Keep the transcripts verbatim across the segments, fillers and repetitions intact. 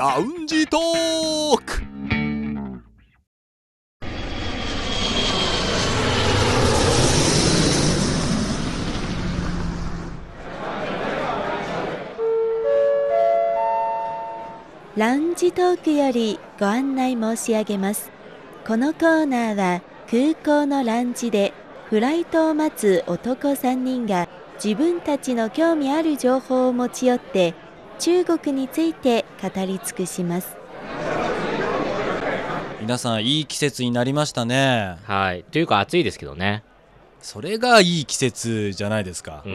ラウンジトーク。 ラウンジトークよりご案内申し上げます。このコーナーは空港のラウンジでフライトを待つ男さんにんが自分たちの興味ある情報を持ち寄って中国について語り尽くします。 皆さんいい季節になりましたね。 はい、というか暑いですけどね。 それがいい季節じゃないですか。 うん、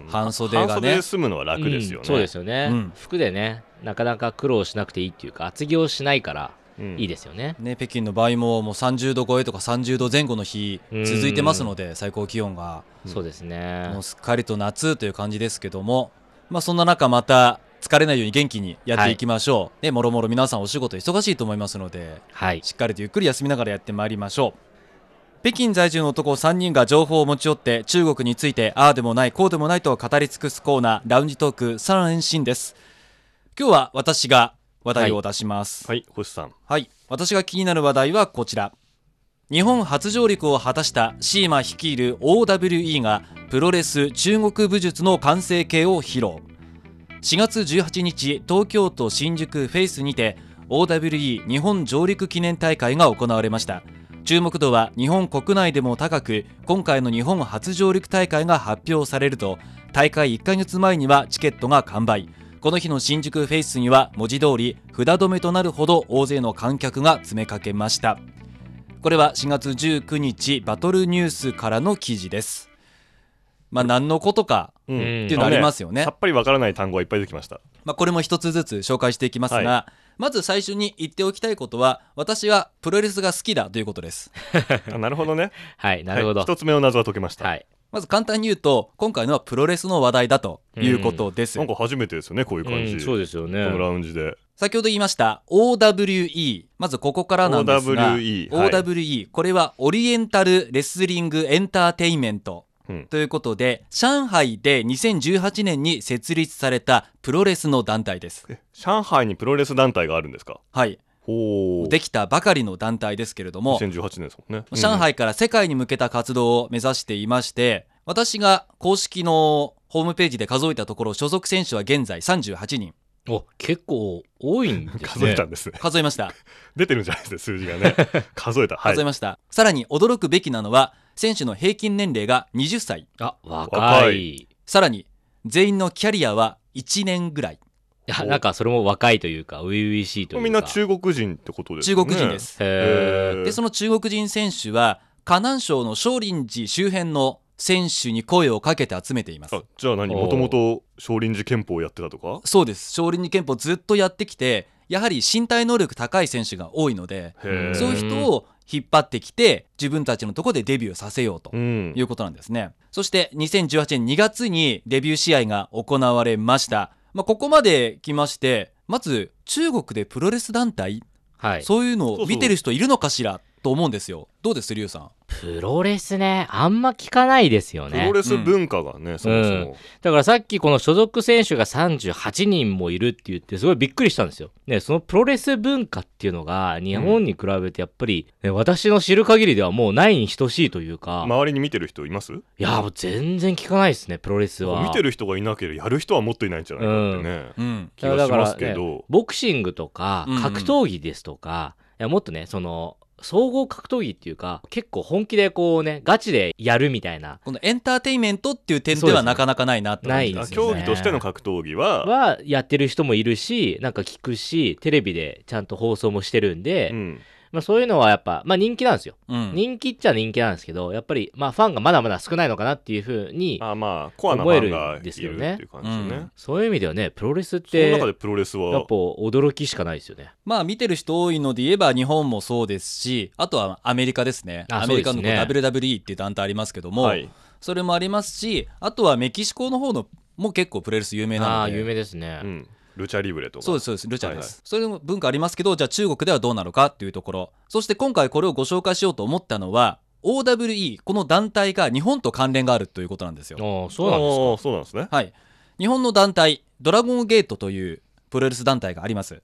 半袖がね、 半袖で済むのは楽ですよね、 うん、そうですよね、 うん、 服でねなかなか苦労しなくていいっていうか厚着をしないからいいですよね、 うんね、北京の場合ももうさんじゅうど超えとかさんじゅうどぜん後の日続いてますので、最高気温が、 うん、そうですね、 もうすっかりと夏という感じですけども、まあ、そんな中また疲れないように元気にやっていきましょう、はい、ね、もろもろ皆さんお仕事忙しいと思いますので、はい、しっかりとゆっくり休みながらやってまいりましょう。北京在住の男さんにんが情報を持ち寄って中国についてああでもないこうでもないと語り尽くすコーナー、ラウンジトーク三連新です。今日は私が話題を出します。 はい、はい、星さん。 はい、私が気になる話題はこちら。日本初上陸を果たしたシーマ率いる オーダブリューイー がプロレス中国武術の完成形を披露。しがつじゅうはちにち、東京都新宿フェイスにて オーダブリューイー 日本上陸記念大会が行われました。注目度は日本国内でも高く、今回の日本初上陸大会が発表されると大会いっかげつまえにはチケットが完売。この日の新宿フェイスには文字通り札止めとなるほど大勢の観客が詰めかけました。これはしがつじゅうくにちバトルニュースからの記事です。まあ、何のことかっていうのありますよね、うん、 さっぱりわからない単語がいっぱい出てきました。 まあ、これも一つずつ紹介していきますが、はい、まず最初に言っておきたいことは、私はプロレスが好きだということですあ、なるほどねはい、なるほど、 はい、一つ目の謎は解けました、はい、 まず簡単に言うと、今回のはプロレスの話題だということです、 うん、なんか初めてですよね、こういう感じ、うん、 そうですよね、 このラウンジで先ほど言いました オーダブリューイー、 まずここからなんですがオーダブリューイー、 オーダブリューイー、 これはオリエンタルレスリングエンターテインメントということで、うん、上海でにせんじゅうはちねんに設立されたプロレスの団体です。 え、上海にプロレス団体があるんですか？ はい、ほう、できたばかりの団体ですけれども、 にせんじゅうはちねんですもんね、うん、 上海から世界に向けた活動を目指していまして、私が公式のホームページで数えたところ、所属選手は現在さんじゅうはちにん。 お、結構多いんですね。 数えたんですね。 数えました出てるんじゃないですか、数字がね数えた、はい、 数えました。さらに驚くべきなのは、選手の平均年齢がはたち。 あ、若い。 さらに全員のキャリアはいちねんぐらい。 いや、なんかそれも若いというか初々しいというか、 みんな中国人ってことですね。 中国人です。 へー。 でその中国人選手は河南省の少林寺周辺の選手に声をかけて集めています。 あ、じゃあ何、もともと少林寺拳法をやってたとか？ そうです、少林寺拳法ずっとやってきて、やはり身体能力高い選手が多いので、そういう人を引っ張ってきて自分たちのところでデビューさせようということなんですね、うん、そしてにせんじゅうはちねんにがつにデビュー試合が行われました。まあ、ここまで来まして、まず中国でプロレス団体、はい、そういうのを見てる人いるのかしらと思うんですよ。どうです、リュウさん？ プロレスね、あんま聞かないですよね。 プロレス文化がね、うん、そもそも、うん、 だからさっきこの所属選手がさんじゅうはちにんもいるって言ってすごいびっくりしたんですよ、ね、そのプロレス文化っていうのが日本に比べてやっぱり、ね、私の知る限りではもうないに等しいというか。 周りに見てる人います？いや、もう全然聞かないですね、プロレスは。 見てる人がいなければやる人はもっといないんじゃないかってね、うん、気がしますけど、ね、 ボクシングとか格闘技ですとか、うんうん、いやもっとね、その総合格闘技っていうか結構本気でこうねガチでやるみたいな、 このエンターテインメントっていう点ではなかなかないなと思うんですよね。 競技としての格闘技ははやってる人もいるし、なんか聞くし、テレビでちゃんと放送もしてるんで、うん、まあ、そういうのはやっぱ、まあ、人気なんですよ、うん、人気っちゃ人気なんですけど、やっぱりまあファンがまだまだ少ないのかなっていう風に思えるんですよね。そういう意味ではね、プロレスってその中でプロレスはやっぱ驚きしかないですよね。 まあ見てる人多いので言えば日本もそうですし、あとはアメリカですね。アメリカの ダブリューダブリューイー っていう団体ありますけども、はい、それもありますし、あとはメキシコの方のも結構プロレス有名なので。 ああ、有名ですね、 うん、ルチャリブレとか。 そうですそうです、ルチャです、はいはい、それも文化ありますけど、じゃあ中国ではどうなのかっていうところ。そして今回これをご紹介しようと思ったのは オーダブリューイー、 この団体が日本と関連があるということなんですよ。 ああ、そうなんですか。 そうなんですね。 はい、日本の団体ドラゴンゲートというプロレス団体があります。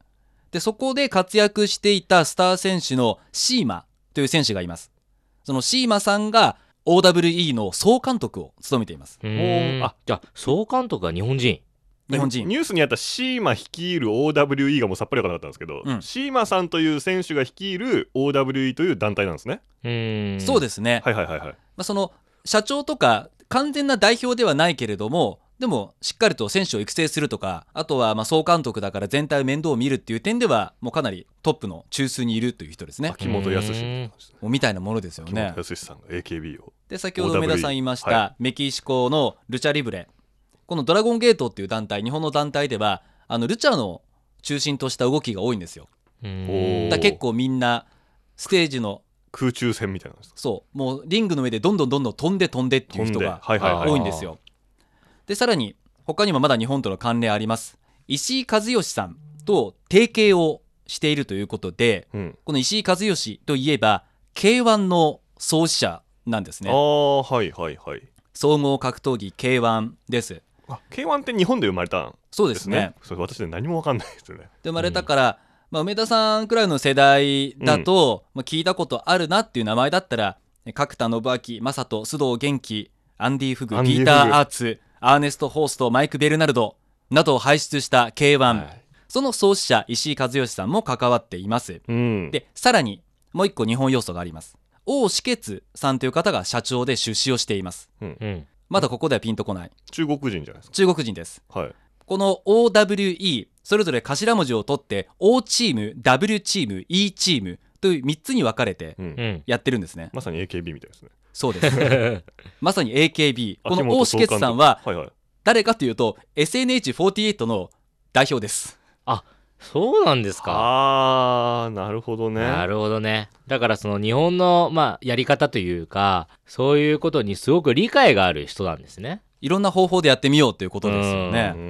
でそこで活躍していたスター選手のシーマという選手がいます。そのシーマさんが オーダブリューイー の総監督を務めています。 あ、じゃあ総監督が日本人。 日本人ニュースにあったシーマ率いる オーダブリューイー がもうさっぱり分からなかったんですけど、うん、シーマさんという選手が率いる オーダブリューイー という団体なんですね。 うーん、そうですね。 はいはいはいはい。まあ、その社長とか完全な代表ではないけれども、でもしっかりと選手を育成するとか、あとはまあ総監督だから全体を面倒を見るっていう点ではもうかなりトップの中枢にいるという人ですね。 秋元康みたいなものですよね。 秋元康さんが エーケービー を。 で先ほど梅田さん言いました、はい、メキシコのルチャリブレ、このドラゴンゲートっていう団体、日本の団体ではあのルチャの中心とした動きが多いんですよ。だ結構みんなステージの空中戦みたいな。 そうもうリングの上でどんどんどんどん飛んで飛んでっていう人が多いんですよ。でさらに他にもまだ日本との関連あります。石井和義さんと提携をしているということで、うん、この石井和義といえば ケーワン の創始者なんですね。 ああ、はいはいはい。 総合格闘技 ケーワン です。 あ、ケーワン って日本で生まれたんですね。 そうですね。 それ私で何も分かんないですよね。 で生まれたから、うんまあ、梅田さんくらいの世代だと、うんまあ、聞いたことあるなっていう名前だったら角田信明、正人、須藤元気、アンディ・フグ、ピーター・アーツ、アーネスト・ホースト、マイク・ベルナルドなどを輩出した ケーワン、はい、その創始者石井和義さんも関わっています、うん、でさらにもう一個日本要素があります。王志傑さんという方が社長で出資をしています、うんうん、まだここではピンとこない。 中国人じゃないですか。 中国人です、 はい、 この オーダブリューイー それぞれ頭文字を取って O チーム、W チーム、E チームというみっつに分かれてやってるんですね、うん、 まさに エーケービー みたいですね。 そうですまさに エーケービー。 この王志傑さんは誰かというと エスエヌエイチフォーティーエイト の代表です。 あ、そうなんですか。 あー、なるほどね。 なるほどね。だからその日本の、まあ、やり方というかそういうことにすごく理解がある人なんですね。 いろんな方法でやってみようということですよね。うん、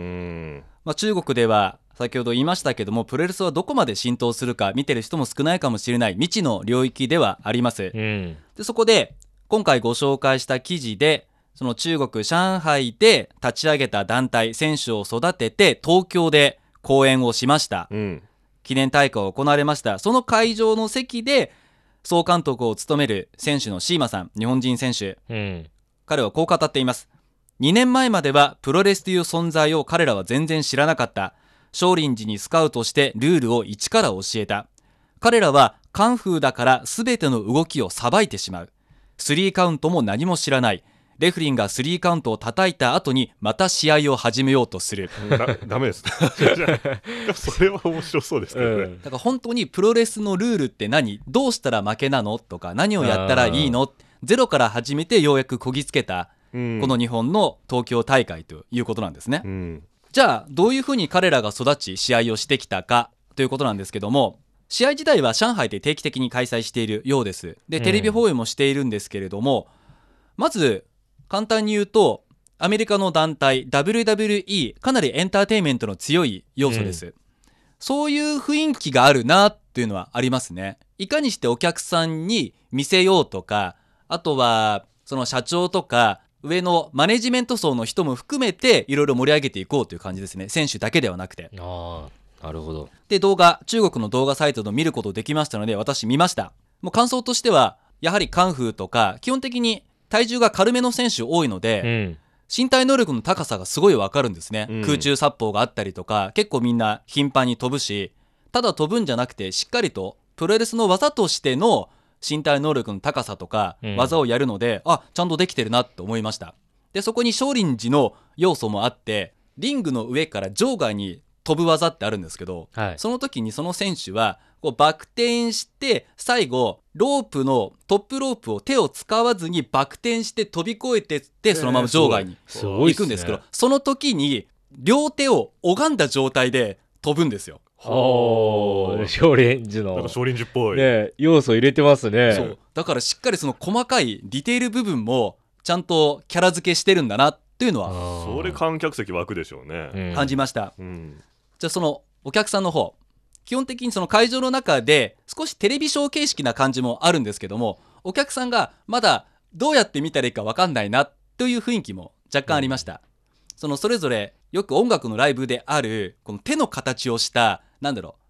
まあ、中国では先ほど言いましたけどもプロレスはどこまで浸透するか見てる人も少ないかもしれない未知の領域ではあります、うん、でそこで今回ご紹介した記事でその中国上海で立ち上げた団体選手を育てて東京で講演をしました、うん、記念大会を行われました。その会場の席で総監督を務める選手のシーマさん、日本人選手、うん、彼はこう語っています。にねんまえまではプロレスという存在を彼らは全然知らなかった。少林寺にスカウトしてルールを一から教えた。彼らはカンフーだから全ての動きをさばいてしまう。スリーカウントも何も知らない。レフリンがスリーカウントを叩いた後にまた試合を始めようとする。 だダメですそれは面白そうですけどね、うん、 だから本当にプロレスのルールって何、どうしたら負けなのとか何をやったらいいの、ゼロから始めてようやくこぎつけた、うん、この日本の東京大会ということなんですね、うん、じゃあどういうふうに彼らが育ち試合をしてきたかということなんですけども、試合自体は上海で定期的に開催しているようです。でテレビ放映もしているんですけれども、うん、まず簡単に言うとアメリカの団体 ダブリューダブリューイー かなりエンターテインメントの強い要素です、うん、そういう雰囲気があるなっていうのはありますね。いかにしてお客さんに見せようとか、あとはその社長とか上のマネジメント層の人も含めていろいろ盛り上げていこうという感じですね。選手だけではなくて。 ああ、なるほど。 で動画、中国の動画サイトで見ることできましたので私見ました。もう感想としてはやはりカンフーとか基本的に体重が軽めの選手多いので、うん、身体能力の高さがすごいわかるんですね、うん、空中殺法があったりとか結構みんな頻繁に飛ぶし、ただ飛ぶんじゃなくてしっかりとプロレスの技としての身体能力の高さとか技をやるので、うん、あ、ちゃんとできてるなと思いました。でそこに少林寺の要素もあってリングの上から場外に飛ぶ技ってあるんですけど、はい、その時にその選手はこうバク転して最後ロープのトップロープを手を使わずにバク転して飛び越えてってそのまま場外に行くんですけど、えー、その時に両手を拝んだ状態で飛ぶんですよ。 はあ、少林寺のなんか少林寺っぽい、 ね、要素入れてますね。 そうだからしっかりその細かいディテール部分もちゃんとキャラ付けしてるんだなっていうのはそれ観客席湧くでしょうね、 うん、感じました、うん、じゃあそのお客さんの方、基本的にその会場の中で少しテレビショー形式な感じもあるんですけども、お客さんがまだどうやって見たらいいか分かんないなという雰囲気も若干ありました、うん、そのそれぞれよく音楽のライブであるこの手の形をしたなんだろう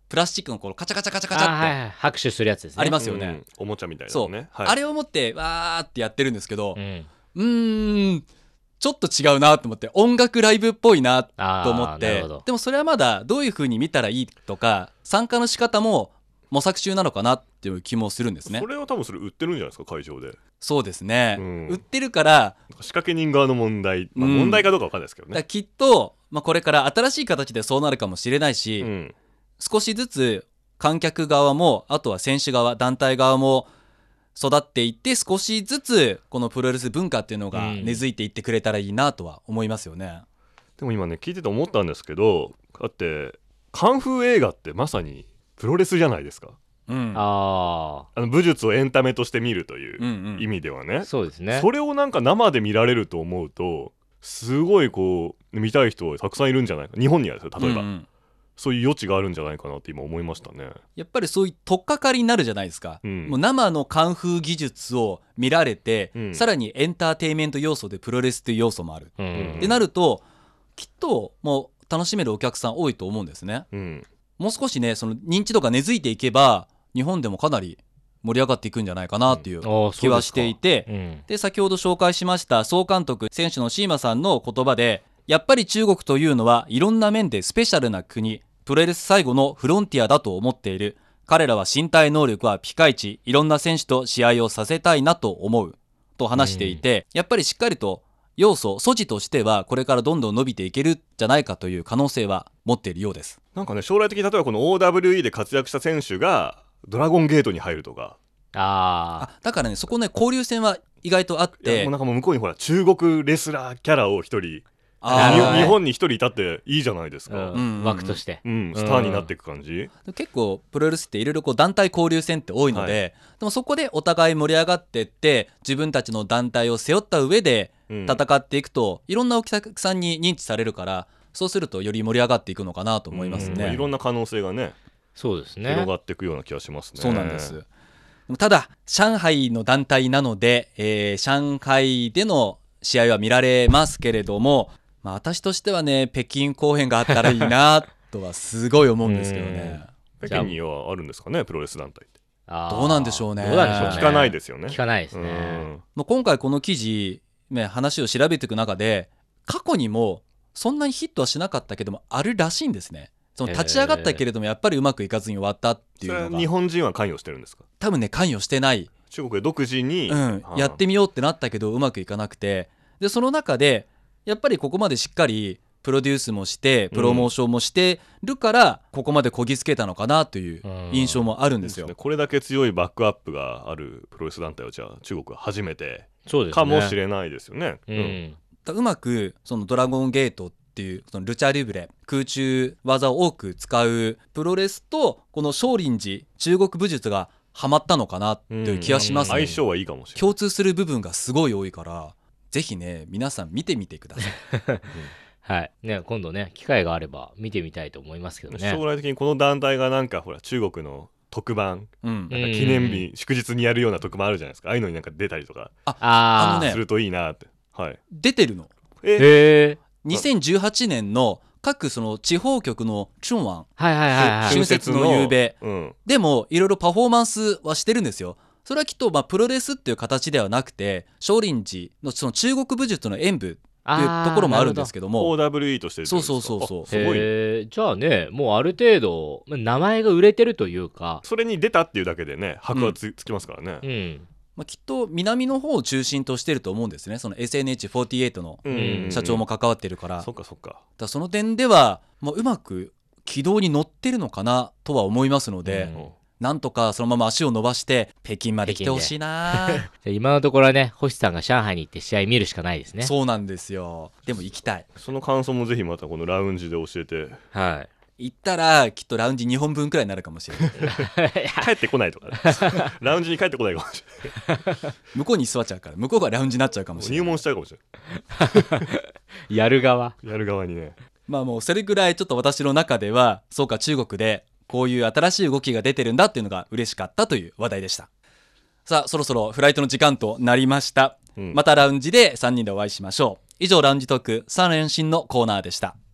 プラスチックのこのカチャカチャカチャカチャって、 はいはい、拍手するやつですね。 ありますよね、 うん、おもちゃみたいなのね。 そう、 はい、 あれを持ってわーってやってるんですけど、 うん、 うーんちょっと違うなと思って、音楽ライブっぽいなと思って、でもそれはまだどういう風に見たらいいとか参加の仕方も模索中なのかなっていう気もするんですね。 それは多分それ売ってるんじゃないですか、会場で。 そうですね、うん、売ってるから、 仕掛け人側の問題、まあ、問題かどうか分かんないですけどね、 だきっと、まあ、これから新しい形でそうなるかもしれないし、うん、少しずつ観客側もあとは選手側団体側も育っていって、少しずつこのプロレス文化っていうのが根付いていってくれたらいいなとは思いますよね、うん、 でも今ね聞いてて思ったんですけど、だってカンフー映画ってまさにプロレスじゃないですか。うん、ああの武術をエンタメとして見るという意味ではね、うんうん、 そうですね。 それをなんか生で見られると思うと、すごいこう見たい人たくさんいるんじゃないか、日本にはですよ例えば、うんうん、そういう余地があるんじゃないかなって今思いましたね。 やっぱりそういう取っかかりになるじゃないですか、うん、もう生のカンフー技術を見られて、うん、さらにエンターテインメント要素でプロレスという要素もある、うんうん、ってなるときっともう楽しめるお客さん多いと思うんですね、うん、もう少しねその認知度が根付いていけば日本でもかなり盛り上がっていくんじゃないかなっていう気はしていて、うん、で先ほど紹介しました総監督選手のシーマさんの言葉で、やっぱり中国というのはいろんな面でスペシャルな国、プロレス最後のフロンティアだと思っている。彼らは身体能力はピカイチ、いろんな選手と試合をさせたいなと思うと話していて、うん、やっぱりしっかりと要素素地としてはこれからどんどん伸びていけるんじゃないかという可能性は持っているようです。 なんかね将来的に例えばこの オーダブリューイー で活躍した選手がドラゴンゲートに入るとか、 ああだからねそこね交流戦は意外とあって、 もうなんかもう向こうにほら中国レスラーキャラを一人、あ日本に一人いたっていいじゃないですか、 うん、枠として、 うん、スターになっていく感じ、 うん、結構プロレスっていろいろ団体交流戦って多いので、はい、でもそこでお互い盛り上がってって自分たちの団体を背負った上で戦っていくと、うん、いろんなお客さんに認知されるから、そうするとより盛り上がっていくのかなと思いますね、 うん、いろんな可能性がねそうですね広がっていくような気がしますね。 そうなんです。ただ上海の団体なので、えー、上海での試合は見られますけれども、まあ、私としてはね北京公演があったらいいなとはすごい思うんですけどね北京にはあるんですかねプロレス団体って。 どうなんでしょうね。 どうなんでしょうね。 聞かないですよね。 聞かないですね。 もう今回この記事、ね、話を調べていく中で過去にもそんなにヒットはしなかったけどもあるらしいんですね。その立ち上がったけれどもやっぱりうまくいかずに終わったっていうのが。 それは日本人は関与してるんですか。 多分ね関与してない。 中国で独自に、 うん、やってみようってなったけどうまくいかなくて、でその中でやっぱりここまでしっかりプロデュースもしてプロモーションもしてるからここまでこぎつけたのかなという印象もあるんですよ、 うん、これだけ強いバックアップがあるプロレス団体はじゃあ中国は初めてそうですねかもしれないですよね。 うん、うん、うまくそのドラゴンゲートっていうそのルチャリブレ空中技を多く使うプロレスとこの少林寺中国武術がハマったのかなという気がしますね、 うん、相性はいいかもしれない。 共通する部分がすごい多いからぜひね皆さん見てみてください、うんはいね、今度ね機会があれば見てみたいと思いますけどね。 将来的にこの団体がなんかほら中国の特番、うん、なんか記念日、うん、祝日にやるような特番あるじゃないですか。ああいうのになんか出たりとかああの、ね、するといいなって、はい、 出てるの。 えにせんじゅうはちねんの各その地方局の春晚、 はいはいはいはい、 春節の夕べ、うん、でもいろいろパフォーマンスはしてるんですよ。それはきっとまあプロレスっていう形ではなくて少林寺 の, その中国武術の演舞っていうところもあるんですけどもオーダブリューイー としてるんですか。 そうそうそうそう。 すごい、 ね、じゃあねもうある程度名前が売れてるというかそれに出たっていうだけでね箔は つ,、うん、つきますからね、 うんまあ、きっと南の方を中心としてると思うんですね。その エスエヌエイチフォーティーエイト の社長も関わってるから、うんうんうん、 そっかそっか。 だその点では、まあ、うまく軌道に乗ってるのかなとは思いますので、うんなんとかそのまま足を伸ばして北京まで来てほしいな今のところはね星さんが上海に行って試合見るしかないですね。 そうなんですよ。でも行きたい。 その感想もぜひまたこのラウンジで教えて。 はい。 行ったらきっとラウンジにほんぶんくらいになるかもしれない帰ってこないとか、ね、ラウンジに帰ってこないかもしれない向こうに座っちゃうから向こうがラウンジになっちゃうかもしれない。 入門しちゃうかもしれないやる側やる側にね。 まあもうそれぐらいちょっと私の中ではそうか中国でこういう新しい動きが出てるんだっていうのが嬉しかったという話題でした。さあそろそろフライトの時間となりました、うん、またラウンジでさんにんでお会いしましょう。以上ラウンジトークさん連新のコーナーでした。